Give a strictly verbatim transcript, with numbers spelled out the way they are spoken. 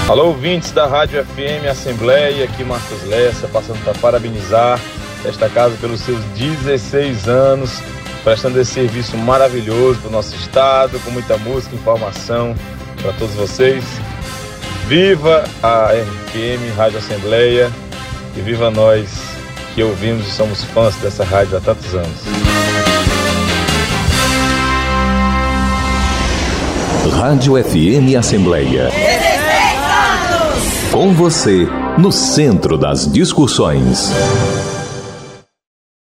Alô, ouvintes da Rádio F M Assembleia, aqui Marcos Lessa, passando para parabenizar esta casa pelos seus dezesseis anos, prestando esse serviço maravilhoso para o nosso estado, com muita música, informação para todos vocês. Viva a R F M, Rádio Assembleia, e viva nós que ouvimos e somos fãs dessa rádio há tantos anos. Rádio F M Assembleia. Com você, no centro das discussões.